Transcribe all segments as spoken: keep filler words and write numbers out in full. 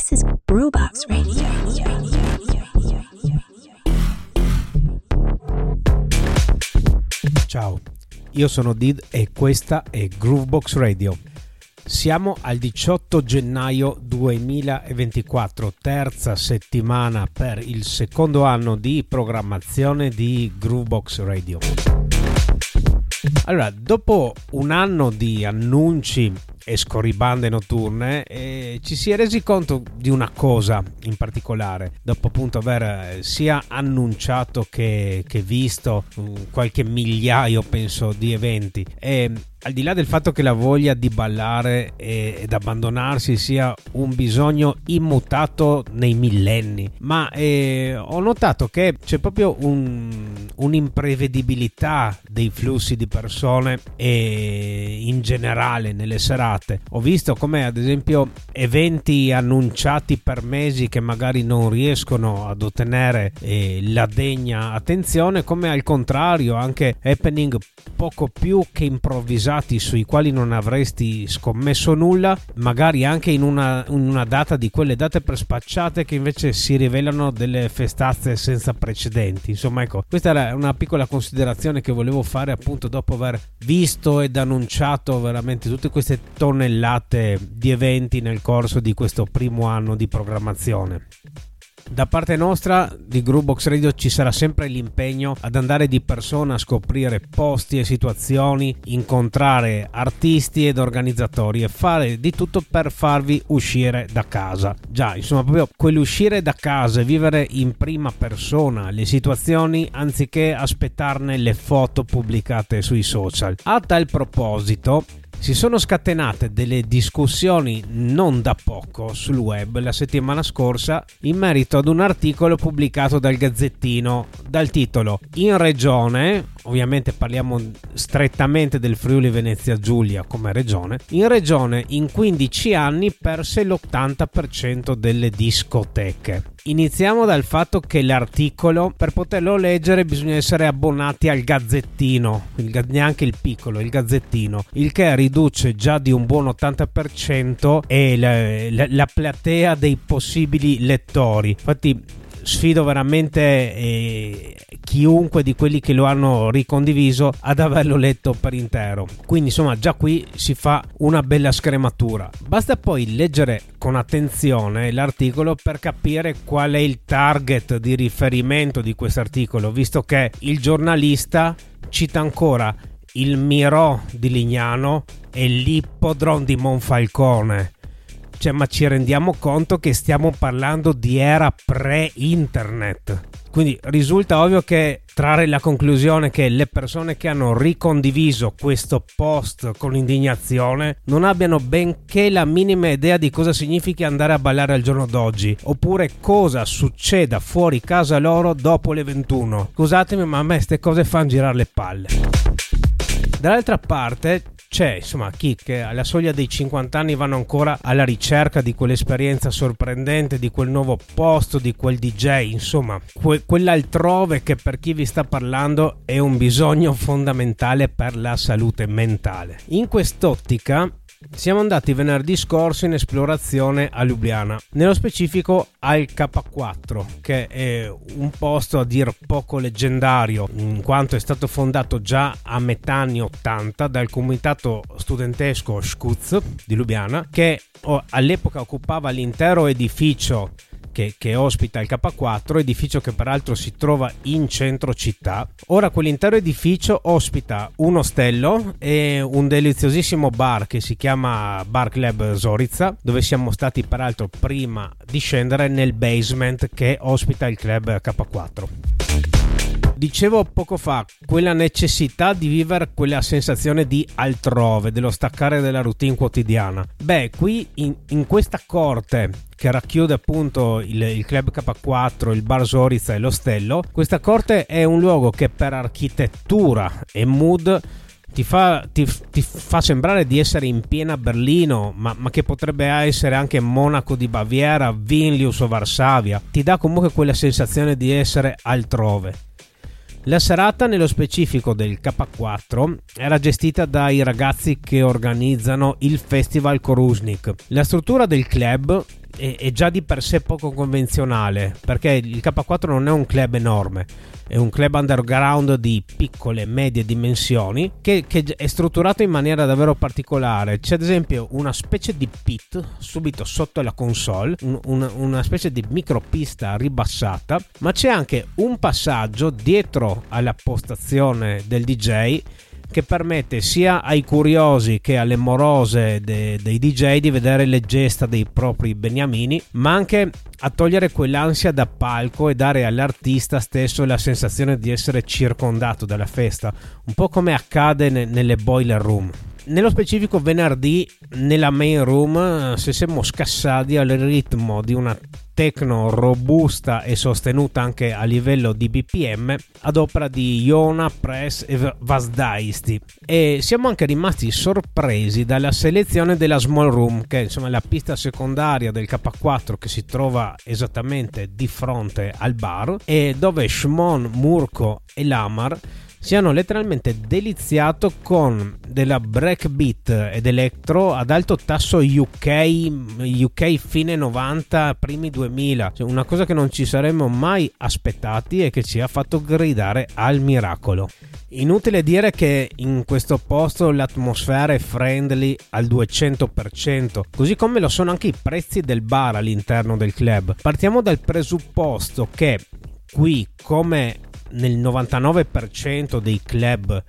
This is Groovebox Radio. Ciao, io sono Did e questa è Groovebox Radio. Siamo al diciotto gennaio duemilaventiquattro, terza settimana per il secondo anno di programmazione di Groovebox Radio. Allora, dopo un anno di annunci e scorribande notturne, eh, ci si è resi conto di una cosa in particolare, dopo appunto aver sia annunciato che, che visto um, qualche migliaio, penso, di eventi, e al di là del fatto che la voglia di ballare e, ed abbandonarsi sia un bisogno immutato nei millenni, ma eh, ho notato che c'è proprio un, un'imprevedibilità dei flussi di persone e in generale nelle serate. Ho visto come ad esempio eventi annunciati per mesi che magari non riescono ad ottenere eh, la degna attenzione, come al contrario anche happening poco più che improvvisati sui quali non avresti scommesso nulla, magari anche in una, in una data di quelle date per spacciate che invece si rivelano delle festazze senza precedenti. Insomma, ecco, questa era una piccola considerazione che volevo fare appunto dopo aver visto ed annunciato veramente tutte queste tonnellate di eventi nel corso di questo primo anno di programmazione. Da parte nostra di Groovebox Radio ci sarà sempre l'impegno ad andare di persona a scoprire posti e situazioni, incontrare artisti ed organizzatori e fare di tutto per farvi uscire da casa. Già, insomma, proprio quell'uscire da casa e vivere in prima persona le situazioni anziché aspettarne le foto pubblicate sui social. A tal proposito, si sono scatenate delle discussioni non da poco sul web la settimana scorsa in merito ad un articolo pubblicato dal Gazzettino dal titolo "In regione", ovviamente parliamo strettamente del Friuli Venezia Giulia come regione, "in regione in quindici anni perse l'ottanta per cento delle discoteche". Iniziamo dal fatto che l'articolo, per poterlo leggere, bisogna essere abbonati al Gazzettino, il, neanche il piccolo, il Gazzettino, il che riduce già di un buon ottanta per cento e la, la, la platea dei possibili lettori. Infatti sfido veramente eh, chiunque di quelli che lo hanno ricondiviso ad averlo letto per intero. Quindi insomma già qui si fa una bella scrematura. Basta poi leggere con attenzione l'articolo per capire qual è il target di riferimento di questo articolo, visto che il giornalista cita ancora il Mirò di Lignano e l'Ippodrome di Monfalcone. Cioè, ma ci rendiamo conto che stiamo parlando di era pre-internet. Quindi risulta ovvio che trarre la conclusione che le persone che hanno ricondiviso questo post con indignazione non abbiano benché la minima idea di cosa significhi andare a ballare al giorno d'oggi, oppure cosa succeda fuori casa loro dopo le ventuno. Scusatemi, ma a me ste cose fanno girare le palle. Dall'altra parte c'è insomma chi che alla soglia dei cinquanta anni vanno ancora alla ricerca di quell'esperienza sorprendente, di quel nuovo posto, di quel D J, insomma que- quell'altrove che per chi vi sta parlando è un bisogno fondamentale per la salute mentale. In quest'ottica siamo andati venerdì scorso in esplorazione a Lubiana, nello specifico al K quattro, che è un posto a dir poco leggendario in quanto è stato fondato già a metà anni ottanta dal comitato studentesco Scuz di Lubiana, che all'epoca occupava l'intero edificio Che, che ospita il K quattro, edificio che peraltro si trova in centro città. Ora quell'intero edificio ospita un ostello e un deliziosissimo bar che si chiama Bar Club Zorica, dove siamo stati peraltro prima di scendere nel basement che ospita il club K quattro. Dicevo poco fa, quella necessità di vivere quella sensazione di altrove, dello staccare dalla routine quotidiana. Beh, qui in, in questa corte che racchiude appunto il, il club K quattro, il bar Zorica e l'ostello, questa corte è un luogo che per architettura e mood ti fa, ti, ti fa sembrare di essere in piena Berlino, ma, ma che potrebbe essere anche Monaco di Baviera, Vilnius o Varsavia. Ti dà comunque quella sensazione di essere altrove. La serata, nello specifico del K quattro, era gestita dai ragazzi che organizzano il Festival Koruznik. La struttura del club è, è già di per sé poco convenzionale, perché il K quattro non è un club enorme, è un club underground di piccole e medie dimensioni che, che è strutturato in maniera davvero particolare. C'è ad esempio una specie di pit subito sotto la console, un, un, una specie di micropista ribassata, ma c'è anche un passaggio dietro alla postazione del D J che permette sia ai curiosi che alle morose de, dei D J di vedere le gesta dei propri beniamini, ma anche a togliere quell'ansia da palco e dare all'artista stesso la sensazione di essere circondato dalla festa, un po' come accade ne, nelle boiler room. Nello specifico venerdì nella main room se siamo scassati al ritmo di una techno robusta e sostenuta anche a livello di B P M ad opera di Yona, Press e Vasdaisti, e siamo anche rimasti sorpresi dalla selezione della small room, che è insomma la pista secondaria del K quattro che si trova esattamente di fronte al bar e dove Shimon, Murko e Lamar si hanno letteralmente deliziato con della breakbeat ed electro ad alto tasso U K, U K fine novanta, primi duemila, cioè una cosa che non ci saremmo mai aspettati e che ci ha fatto gridare al miracolo. Inutile dire che in questo posto l'atmosfera è friendly al duecento per cento, così come lo sono anche i prezzi del bar all'interno del club. Partiamo dal presupposto che qui, come nel novantanove per cento dei club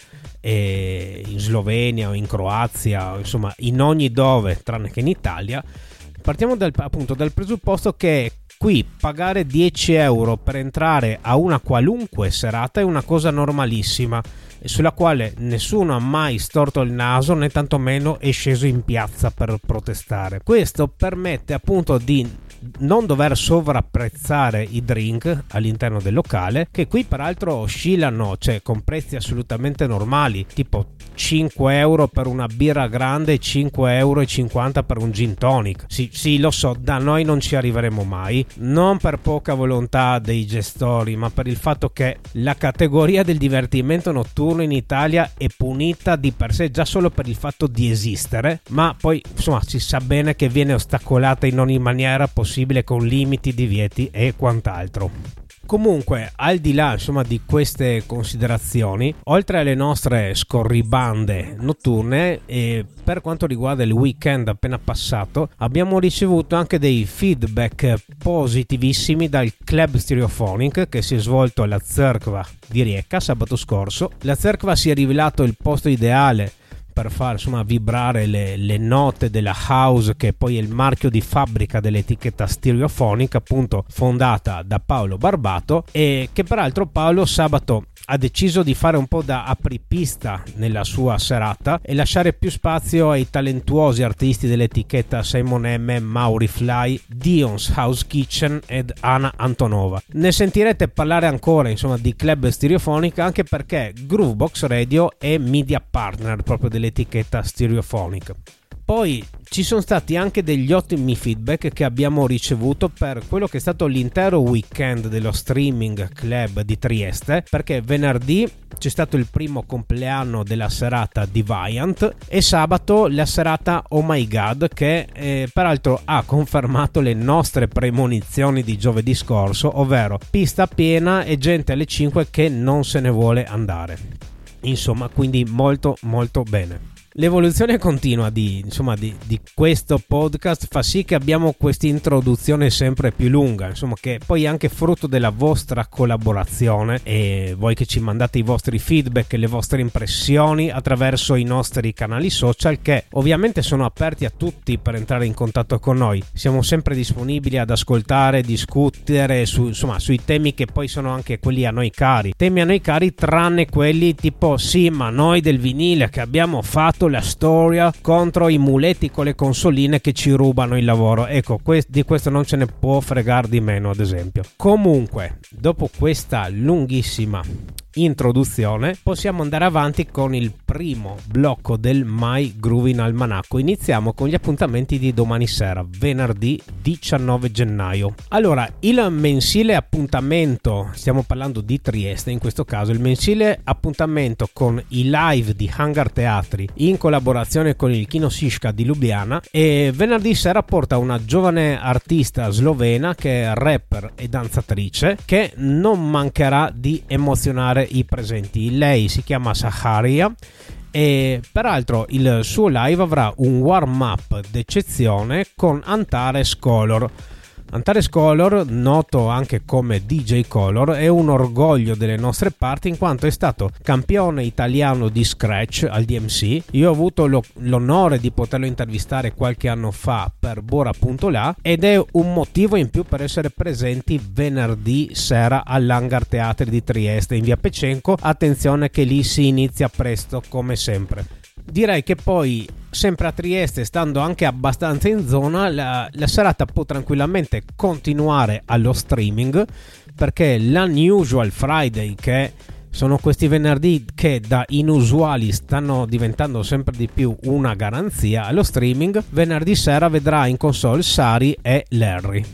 eh, in Slovenia o in Croazia, insomma in ogni dove tranne che in Italia, partiamo dal, appunto dal presupposto che qui pagare dieci euro per entrare a una qualunque serata è una cosa normalissima e sulla quale nessuno ha mai storto il naso né tantomeno è sceso in piazza per protestare. Questo permette appunto di non dover sovrapprezzare i drink all'interno del locale, che qui peraltro oscillano, cioè con prezzi assolutamente normali, tipo cinque euro per una birra grande e cinque euro e cinquanta per un gin tonic. Sì, sì, lo so, da noi non ci arriveremo mai, non per poca volontà dei gestori, ma per il fatto che la categoria del divertimento notturno in Italia è punita di per sé già solo per il fatto di esistere, ma poi insomma si sa bene che viene ostacolata in ogni maniera possibile con limiti, divieti e quant'altro. Comunque, al di là insomma di queste considerazioni, oltre alle nostre scorribande notturne, e per quanto riguarda il weekend appena passato, abbiamo ricevuto anche dei feedback positivissimi dal Club Stereophonic che si è svolto alla Cerkva di Rijeka sabato scorso. La Cerkva si è rivelato il posto ideale per far insomma vibrare le, le note della house, che poi è il marchio di fabbrica dell'etichetta Stereophonic, appunto fondata da Paolo Barbato, e che peraltro Paolo sabato ha deciso di fare un po' da apripista nella sua serata e lasciare più spazio ai talentuosi artisti dell'etichetta Simon M, Mauri Fly, Dion's House Kitchen ed Anna Antonova. Ne sentirete parlare ancora insomma di Club Stereophonic, anche perché Groovebox Radio è media partner proprio dell'etichetta Stereophonic. Poi ci sono stati anche degli ottimi feedback che abbiamo ricevuto per quello che è stato l'intero weekend dello Streaming Club di Trieste, perché venerdì c'è stato il primo compleanno della serata Deviant e sabato la serata Oh My God, che eh, peraltro ha confermato le nostre premonizioni di giovedì scorso, ovvero pista piena e gente alle cinque che non se ne vuole andare. Insomma, quindi molto molto bene. L'evoluzione continua di, insomma, di, di questo podcast fa sì che abbiamo questa introduzione sempre più lunga, insomma, che poi è anche frutto della vostra collaborazione e voi che ci mandate i vostri feedback e le vostre impressioni attraverso i nostri canali social, che ovviamente sono aperti a tutti per entrare in contatto con noi. Siamo sempre disponibili ad ascoltare, discutere su, insomma, sui temi che poi sono anche quelli a noi cari, temi a noi cari tranne quelli tipo sì ma noi del vinile che abbiamo fatto la storia contro i muletti con le consoline che ci rubano il lavoro. Ecco, que- di questo non ce ne può fregare di meno, ad esempio. Comunque, dopo questa lunghissima introduzione, possiamo andare avanti con il primo blocco del My Groovin Almanacco. Iniziamo con gli appuntamenti di domani sera, venerdì diciannove gennaio. Allora, il mensile appuntamento, stiamo parlando di Trieste in questo caso, il mensile appuntamento con i live di Hangar Teatri in collaborazione con il Kino Šiška di Lubiana, e venerdì sera porta una giovane artista slovena che è rapper e danzatrice, che non mancherà di emozionare i presenti. Lei si chiama Saharia e peraltro il suo live avrà un warm up d'eccezione con Antares Color. Antares Color, noto anche come D J Color, è un orgoglio delle nostre parti in quanto è stato campione italiano di Scratch al D M C. Io ho avuto lo, l'onore di poterlo intervistare qualche anno fa per Bora.la ed è un motivo in più per essere presenti venerdì sera all'Hangar Teatri di Trieste in via Pecenco. Attenzione che lì si inizia presto come sempre. Direi che poi, sempre a Trieste, stando anche abbastanza in zona, la, la serata può tranquillamente continuare allo streaming, perché l'Unusual Friday, che sono questi venerdì che da inusuali stanno diventando sempre di più una garanzia, allo streaming venerdì sera vedrà in console Sari e Larry.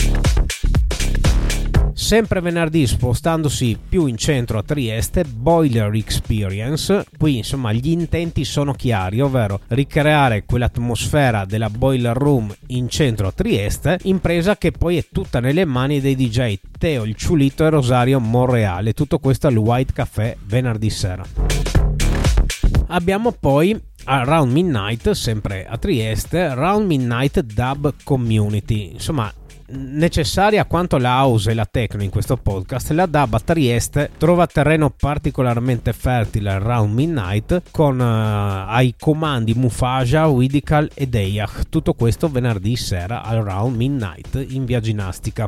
Sempre venerdì, spostandosi più in centro a Trieste, Boiler Experience. Qui insomma gli intenti sono chiari, ovvero ricreare quell'atmosfera della Boiler Room in centro a Trieste, impresa che poi è tutta nelle mani dei D J Teo il Ciulito e Rosario Monreale. Tutto questo al White Café venerdì sera. Abbiamo poi Around Midnight, sempre a Trieste, Around Midnight Dub Community. Insomma, necessaria quanto la house e la techno in questo podcast, la dub a Trieste trova terreno particolarmente fertile al Round Midnight con uh, ai comandi Mufaja, Widical e Deyach. Tutto questo venerdì sera al Round Midnight in via Ginnastica.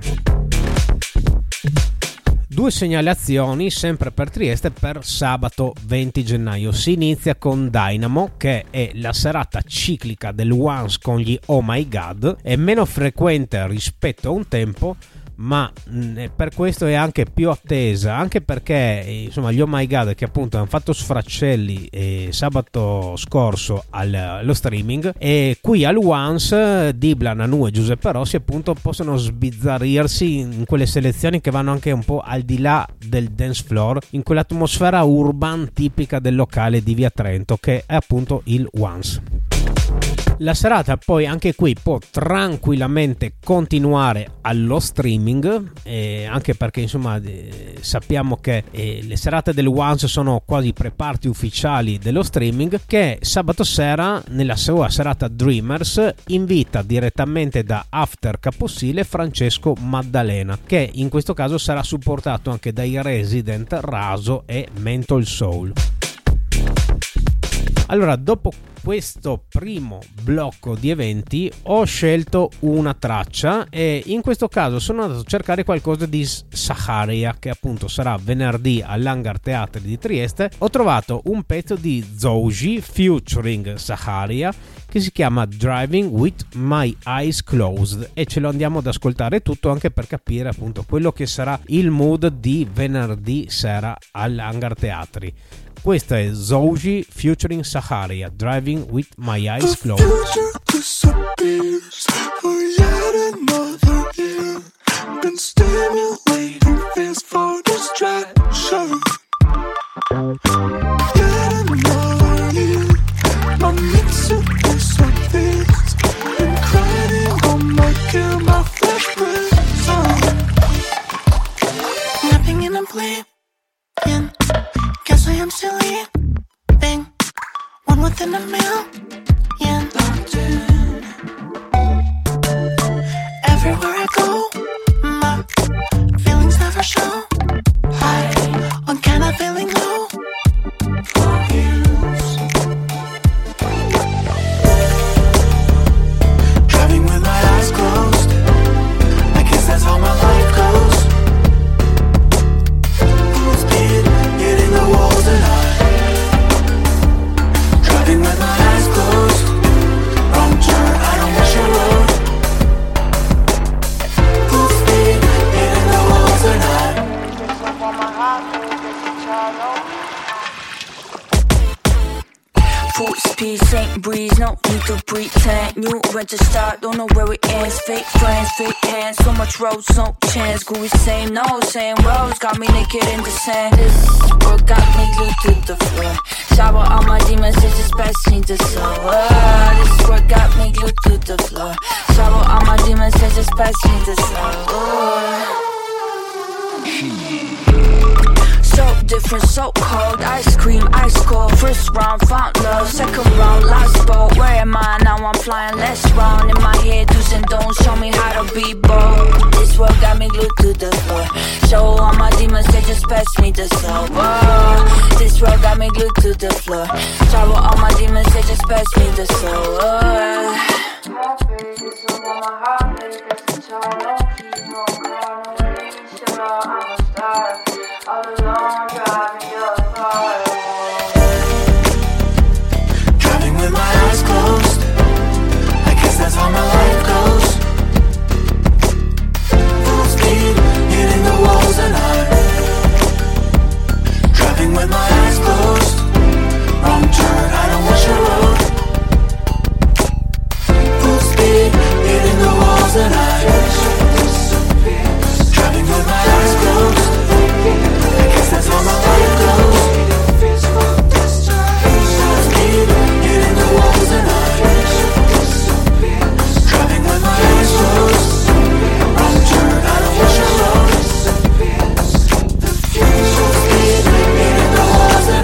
Due segnalazioni sempre per Trieste per sabato venti gennaio. Si inizia con Dynamo, che è la serata ciclica del Once con gli Oh My God. È meno frequente rispetto a un tempo, ma mh, per questo è anche più attesa, anche perché insomma gli Oh My God, che appunto hanno fatto sfracelli eh, sabato scorso al, allo streaming, e qui al Once Dibla, Nanu e Giuseppe Rossi appunto possono sbizzarrirsi in quelle selezioni che vanno anche un po' al di là del dance floor, in quell'atmosfera urban tipica del locale di via Trento che è appunto il Once. La serata poi anche qui può tranquillamente continuare allo streaming, eh, anche perché insomma eh, sappiamo che eh, le serate del Once sono quasi pre-party ufficiali dello streaming, che sabato sera nella sua serata Dreamers invita direttamente da After Caposile Francesco Maddalena, che in questo caso sarà supportato anche dai Resident Raso e Mental Soul. Allora, dopo questo primo blocco di eventi ho scelto una traccia e in questo caso sono andato a cercare qualcosa di Saharia, che appunto sarà venerdì all'Hangar Teatri di Trieste. Ho trovato un pezzo di Zouji featuring Saharia che si chiama Driving with My Eyes Closed e ce lo andiamo ad ascoltare tutto, anche per capire appunto quello che sarà il mood di venerdì sera all'Hangar Teatri. Questa è Zouji featuring Saharia, Driving with My Eyes Closed. Guess I am still leaving, one within a million. Everywhere I go, my feelings never show. High on kind of feeling low. Driving with my eyes closed, I guess that's how my life goes. Hitting the walls and I driving with my eyes closed. Wrong turn, I don't wish you road. need to pretend. You went to start, don't know where it ends. Fake friends, fake hands, so much road, no chance. Go we same, no, same roads. Got me naked in the sand. This work got me glued to the floor. Shower all my demons, it's just best need to sober. This work got me glued to the floor. Shower all my demons, it's just best need to sober. So different, so cold. Ice cream, ice cold. First round, found love. Second round, last boat. Where am I? Now I'm flying less round. In my head, do's and don'ts. Show me how to be bold. This world got me glued to the floor. Show all my demons, they just pass me the sober. This world got me glued to the floor. Show all my demons, they just pass me the sober. My face is over my heart, that's the child. No keep, no cry, no relief. Still, I'm a star. All alone, driving your car. Driving with my eyes closed, I guess that's how my life goes. Full speed, hitting the walls and I'm driving with my eyes closed. Wrong turn, I don't want your road. Full speed, hitting the walls and I'm driving with my eyes closed. I guess that's how my life goes. Speed, hitting the walls and I'm driving with my eyes closed. Wrong turn, I don't want your road. Speed, hitting the walls and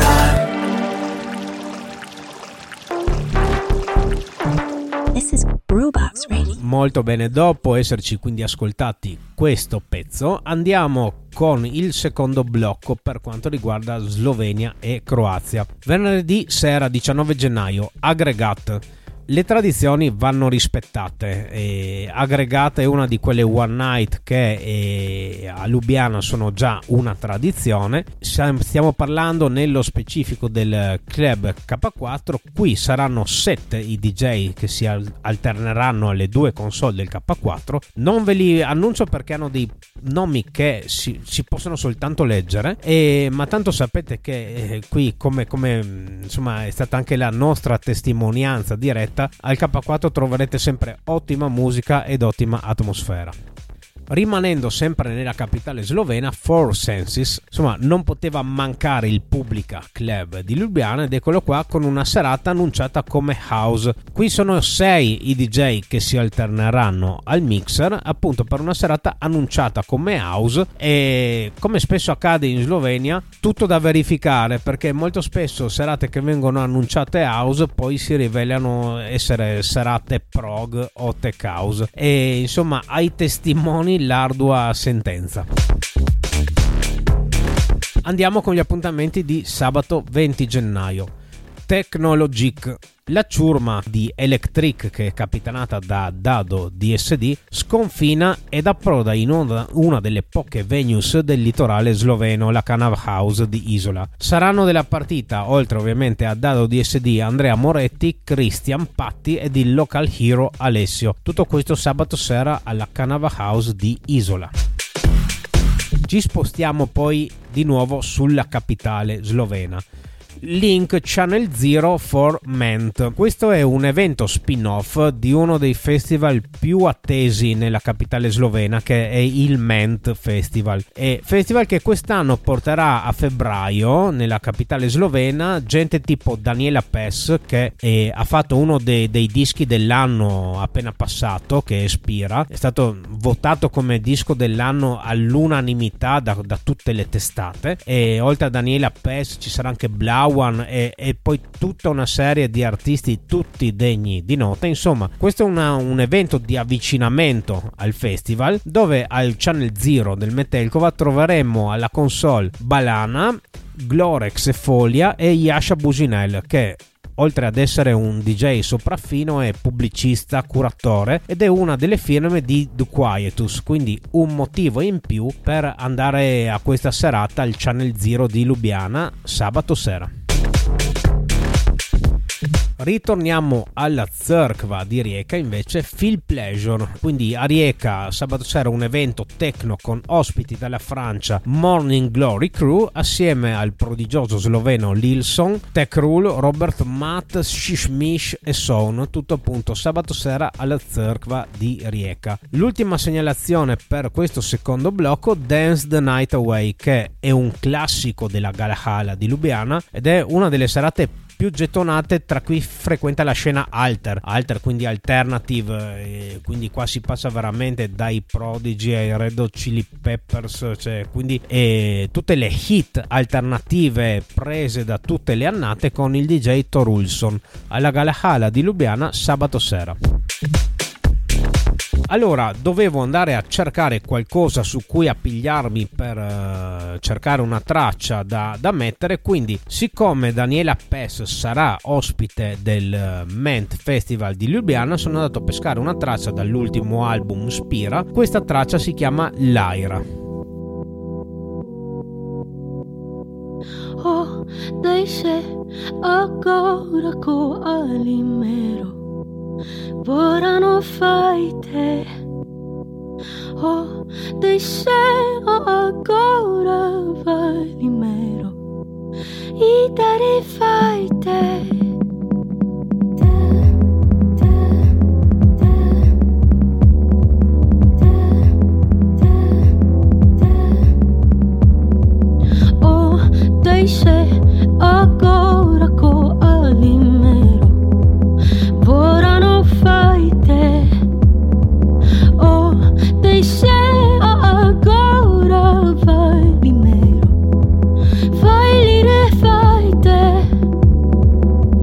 I'm. This is Brewbox Radio. Molto bene, dopo esserci quindi ascoltati questo pezzo, andiamo con il secondo blocco per quanto riguarda Slovenia e Croazia. Venerdì sera diciannove gennaio, Agregat. Le tradizioni vanno rispettate. E Agregat è una di quelle one night che eh, a Lubiana sono già una tradizione. Stiamo parlando nello specifico del club K quattro. Qui saranno sette i D J che si alterneranno alle due console del K quattro. Non ve li annuncio perché hanno dei nomi che si, si possono soltanto leggere, e, ma tanto sapete che eh, qui come, come insomma è stata anche la nostra testimonianza diretta, al K quattro troverete sempre ottima musica ed ottima atmosfera. Rimanendo sempre nella capitale slovena, Four Senses, insomma non poteva mancare il Publica Club di Lubiana, ed eccolo qua con una serata annunciata come house. Qui sono sei i D J che si alterneranno al mixer, appunto per una serata annunciata come house, e come spesso accade in Slovenia tutto da verificare, perché molto spesso serate che vengono annunciate house poi si rivelano essere serate prog o tech house, e insomma ai testimoni l'ardua sentenza. Andiamo con gli appuntamenti di sabato venti gennaio. Technologic. La ciurma di Electric, che è capitanata da Dado D S D, sconfina ed approda in una, una delle poche venues del litorale sloveno, la Canav House di Isola. Saranno della partita, oltre ovviamente a Dado D S D, Andrea Moretti, Christian Patti ed il local hero Alessio. Tutto questo sabato sera alla Canav House di Isola. Ci spostiamo poi di nuovo sulla capitale slovena. Link Channel Zero for Ment. Questo è un evento spin-off di uno dei festival più attesi nella capitale slovena, che è il Ment Festival. È festival che quest'anno porterà a febbraio nella capitale slovena gente tipo Daniela Pes, che è, ha fatto uno dei, dei dischi dell'anno appena passato, che è Spira. È stato votato come disco dell'anno all'unanimità da, da tutte le testate, e oltre a Daniela Pes ci sarà anche Blau E, e poi tutta una serie di artisti tutti degni di nota. Insomma, questo è una, un evento di avvicinamento al festival, dove al Channel Zero del Metelkova troveremo alla console Balana, Glorex e Folia e Yasha Businel, che oltre ad essere un D J sopraffino è pubblicista, curatore ed è una delle firme di The Quietus, quindi un motivo in più per andare a questa serata al Channel Zero di Lubiana sabato sera. Ritorniamo alla Zerkva di Rijeka, invece Feel Pleasure. Quindi a Rijeka sabato sera un evento techno con ospiti dalla Francia, Morning Glory Crew, assieme al prodigioso sloveno Lilson, Tech Rule, Robert Matt, Shishmish e Son, tutto appunto sabato sera alla Zerkva di Rijeka. L'ultima segnalazione per questo secondo blocco, Dance the Night Away, che è un classico della Galahala di Lubiana ed è una delle serate più gettonate tra chi frequenta la scena alter, alter quindi alternative, e quindi qua si passa veramente dai Prodigy ai Red Hot Chili Peppers, cioè quindi e tutte le hit alternative prese da tutte le annate con il D J Torulson alla Galahala di Lubiana sabato sera. Allora, dovevo andare a cercare qualcosa su cui appigliarmi per uh, cercare una traccia da, da mettere, quindi siccome Daniela Pes sarà ospite del uh, Ment Festival di Lubiana, sono andato a pescare una traccia dall'ultimo album Spira. Questa traccia si chiama Lyra. Oh, deixe agora com alimero. Bora no fight. Oh, deixe agora valimero. E dare fight. Oh, deixe agora com alimero. Bora no fight. Oh, deixe agora valimero. Vai lire fight.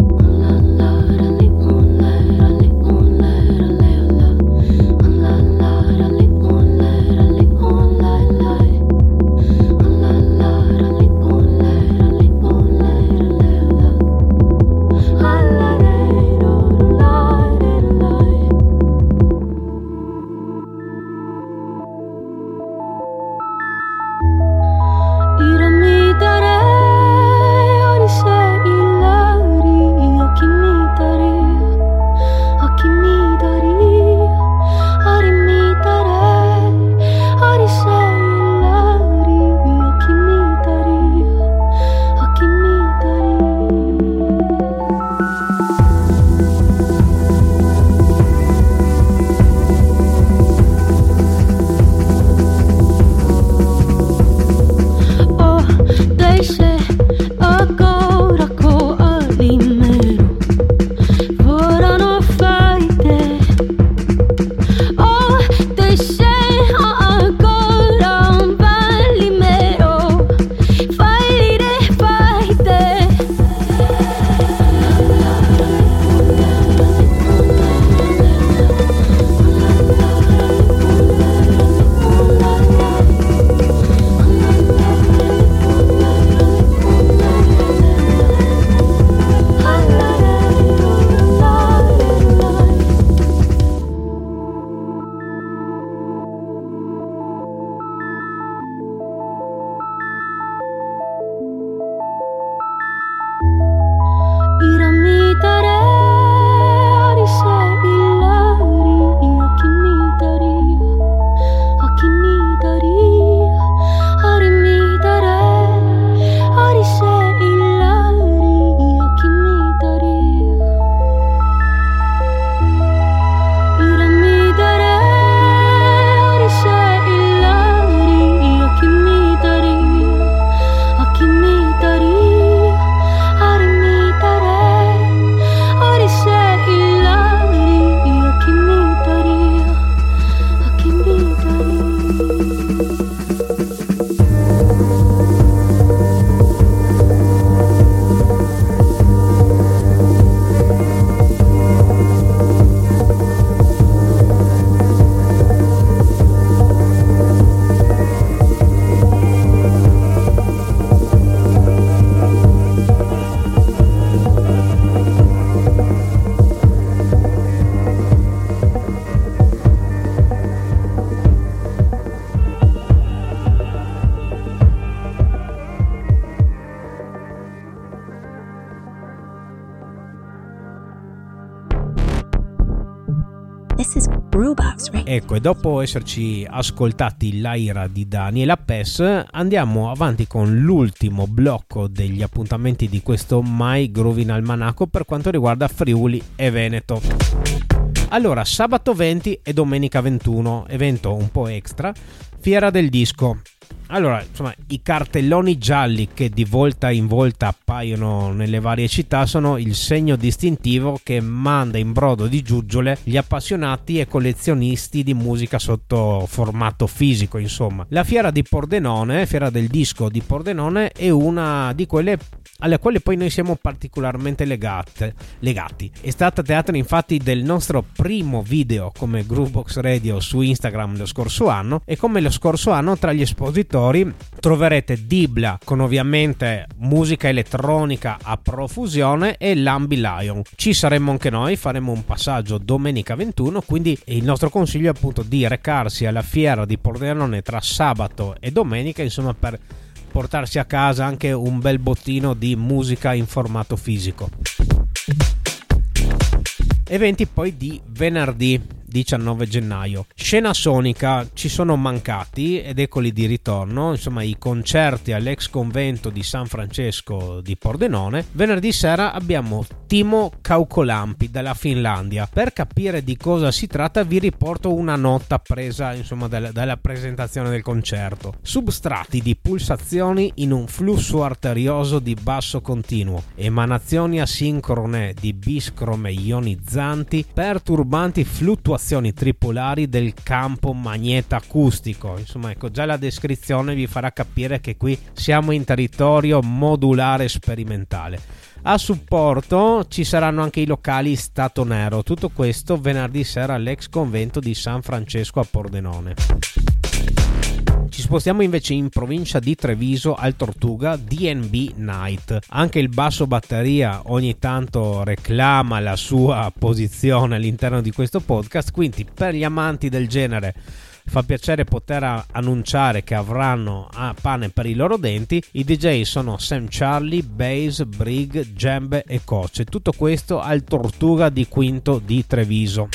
Brewbox Radio. Ecco, e dopo esserci ascoltati l'Aira di Daniela Pes, andiamo avanti con l'ultimo blocco degli appuntamenti di questo My Groovin' Almanacco per quanto riguarda Friuli e Veneto. Allora, sabato venti e domenica ventuno, evento un po' extra, Fiera del Disco. Allora, insomma, i cartelloni gialli che di volta in volta appaiono nelle varie città sono il segno distintivo che manda in brodo di giuggiole gli appassionati e collezionisti di musica sotto formato fisico, insomma. La Fiera di Pordenone, Fiera del Disco di Pordenone, è una di quelle alle quali poi noi siamo particolarmente legate, legati. È stata teatro infatti del nostro primo video come Groovebox Radio su Instagram lo scorso anno, e come lo scorso anno tra gli espositori troverete Dibla con ovviamente musica elettronica a profusione e Lambi Lion. Ci saremo anche noi, faremo un passaggio domenica ventuno, quindi il nostro consiglio è appunto di recarsi alla Fiera di Pordenone tra sabato e domenica, insomma, per portarsi a casa anche un bel bottino di musica in formato fisico. Eventi poi di venerdì diciannove gennaio. Scena sonica, ci sono mancati ed eccoli di ritorno, insomma i concerti all'ex convento di San Francesco di Pordenone. Venerdì sera abbiamo Timo Kaukolampi dalla Finlandia. Per capire di cosa si tratta vi riporto una nota presa insomma dalla, dalla presentazione del concerto. Substrati di pulsazioni in un flusso arterioso di basso continuo, emanazioni asincrone di biscrome ionizzanti, perturbanti fluttuazioni tripolari del campo magneta-acustico. Insomma, ecco, già la descrizione vi farà capire che qui siamo in territorio modulare sperimentale. A supporto ci saranno anche i locali Stato Nero. Tutto questo venerdì sera all'ex convento di San Francesco a Pordenone. Ci spostiamo invece in provincia di Treviso al Tortuga D and B Night. Anche il basso batteria ogni tanto reclama la sua posizione all'interno di questo podcast, quindi per gli amanti del genere fa piacere poter annunciare che avranno a pane per i loro denti. I D J sono Sam Charlie, Bass, Brig, Djembe e Coce. Tutto questo al Tortuga di Quinto di Treviso.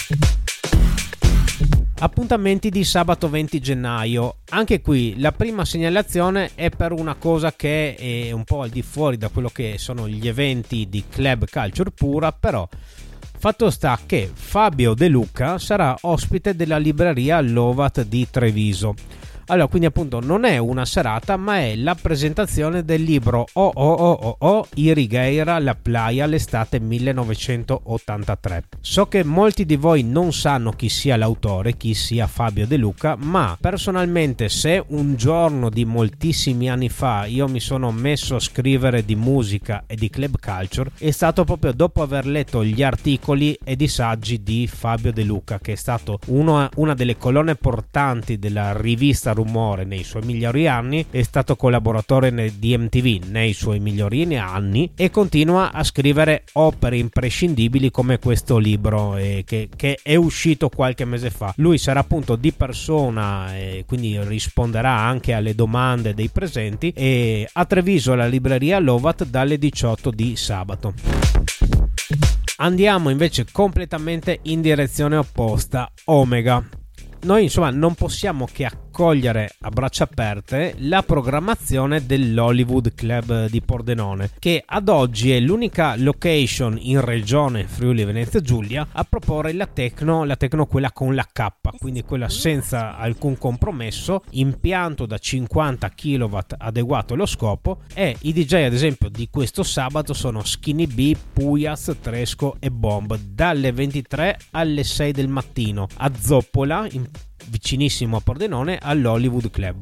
Appuntamenti di sabato venti gennaio. Anche qui la prima segnalazione è per una cosa che è un po' al di fuori da quello che sono gli eventi di club culture pura, però fatto sta che Fabio De Luca sarà ospite della libreria Lovat di Treviso. Allora, quindi appunto non è una serata, ma è la presentazione del libro Oh Oh Oh Oh Oh Irrigueira la Playa l'estate millenovecentottantatré. So che molti di voi non sanno chi sia l'autore, chi sia Fabio De Luca, ma personalmente se un giorno di moltissimi anni fa io mi sono messo a scrivere di musica e di club culture, è stato proprio dopo aver letto gli articoli ed i saggi di Fabio De Luca, che è stato uno, una delle colonne portanti della rivista Rumore nei suoi migliori anni, è stato collaboratore di M T V nei suoi migliori anni e continua a scrivere opere imprescindibili come questo libro eh, che, che è uscito qualche mese fa. Lui sarà appunto di persona e quindi risponderà anche alle domande dei presenti, e a Treviso alla libreria Lovat dalle diciotto di sabato. Andiamo invece completamente in direzione opposta, Omega. Noi insomma non possiamo che accogliere a braccia aperte la programmazione dell'Hollywood Club di Pordenone, che ad oggi è l'unica location in regione Friuli Venezia Giulia a proporre la techno, la techno quella con la K, quindi quella senza alcun compromesso, impianto da cinquanta chilowatt adeguato allo scopo, e i D J ad esempio di questo sabato sono Skinny B, Puyas, Tresco e Bomb dalle ventitré alle sei del mattino a Zoppola, in vicinissimo a Pordenone, all'Hollywood Club.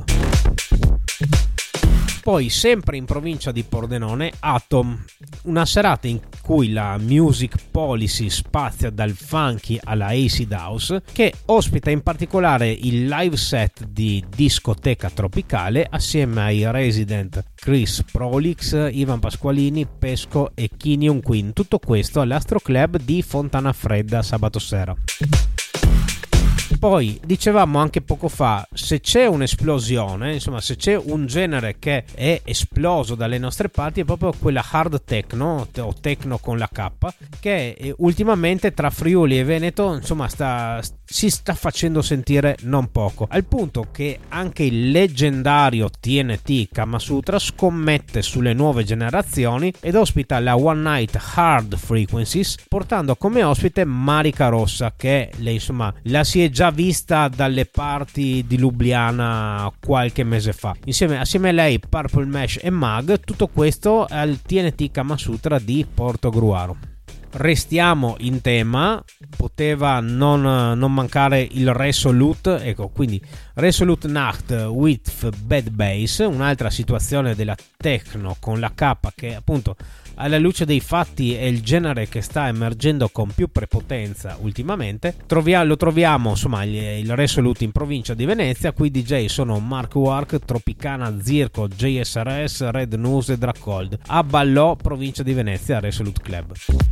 Poi sempre in provincia di Pordenone, Atom, una serata in cui la music policy spazia dal funky alla acid house, che ospita in particolare il live set di Discoteca Tropicale assieme ai resident Chris Prolix, Ivan Pasqualini, Pesco e Kinium Queen. Tutto questo all'Astro Club di Fontana Fredda sabato sera. Poi dicevamo anche poco fa, se c'è un'esplosione, insomma se c'è un genere che è esploso dalle nostre parti, è proprio quella hard techno o techno con la K, che ultimamente tra Friuli e Veneto insomma sta, si sta facendo sentire non poco, al punto che anche il leggendario T N T Kamasutra scommette sulle nuove generazioni ed ospita la One Night Hard Frequencies, portando come ospite Marica Rossa, che lei insomma la si è già vista dalle parti di Lubliana qualche mese fa. Insieme, assieme a lei Purple Mesh e Mag, tutto questo al T N T Kamasutra di Portogruaro. Restiamo in tema, poteva non, non mancare il Resolute, ecco, quindi Resolute Nacht with Bad Bass, un'altra situazione della techno con la K che appunto alla luce dei fatti è il genere che sta emergendo con più prepotenza ultimamente. Trovia- lo troviamo insomma il, il Resolute in provincia di Venezia. Qui i D J sono Mark Work, Tropicana, Zirco, J S R S, Red News e Dracold. A Ballò, provincia di Venezia, Resolute Club.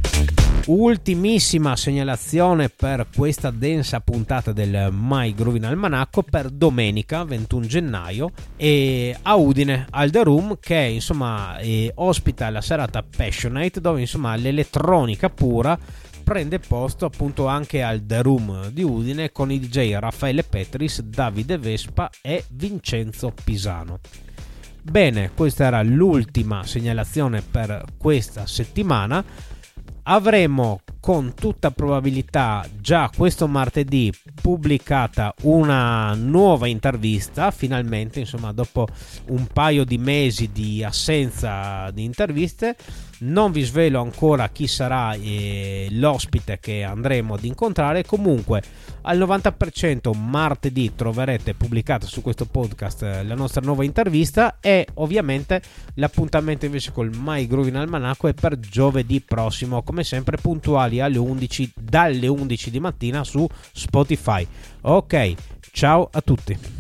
Ultimissima segnalazione per questa densa puntata del My Groovin' Almanacco per domenica ventuno gennaio e a Udine al The Room, che insomma eh, ospita la serata Passionate, dove insomma l'elettronica pura prende posto appunto anche al The Room di Udine con i D J Raffaele Petris, Davide Vespa e Vincenzo Pisano. Bene, questa era l'ultima segnalazione per questa settimana. Avremo con tutta probabilità già questo martedì pubblicata una nuova intervista, finalmente, insomma, dopo un paio di mesi di assenza di interviste. Non vi svelo ancora chi sarà eh, l'ospite che andremo ad incontrare. Comunque al novanta per cento martedì troverete pubblicata su questo podcast eh, la nostra nuova intervista, e ovviamente l'appuntamento invece col My Groovin' Almanacco è per giovedì prossimo, come sempre puntuali alle undici, dalle undici di mattina su Spotify. Ok, ciao a tutti.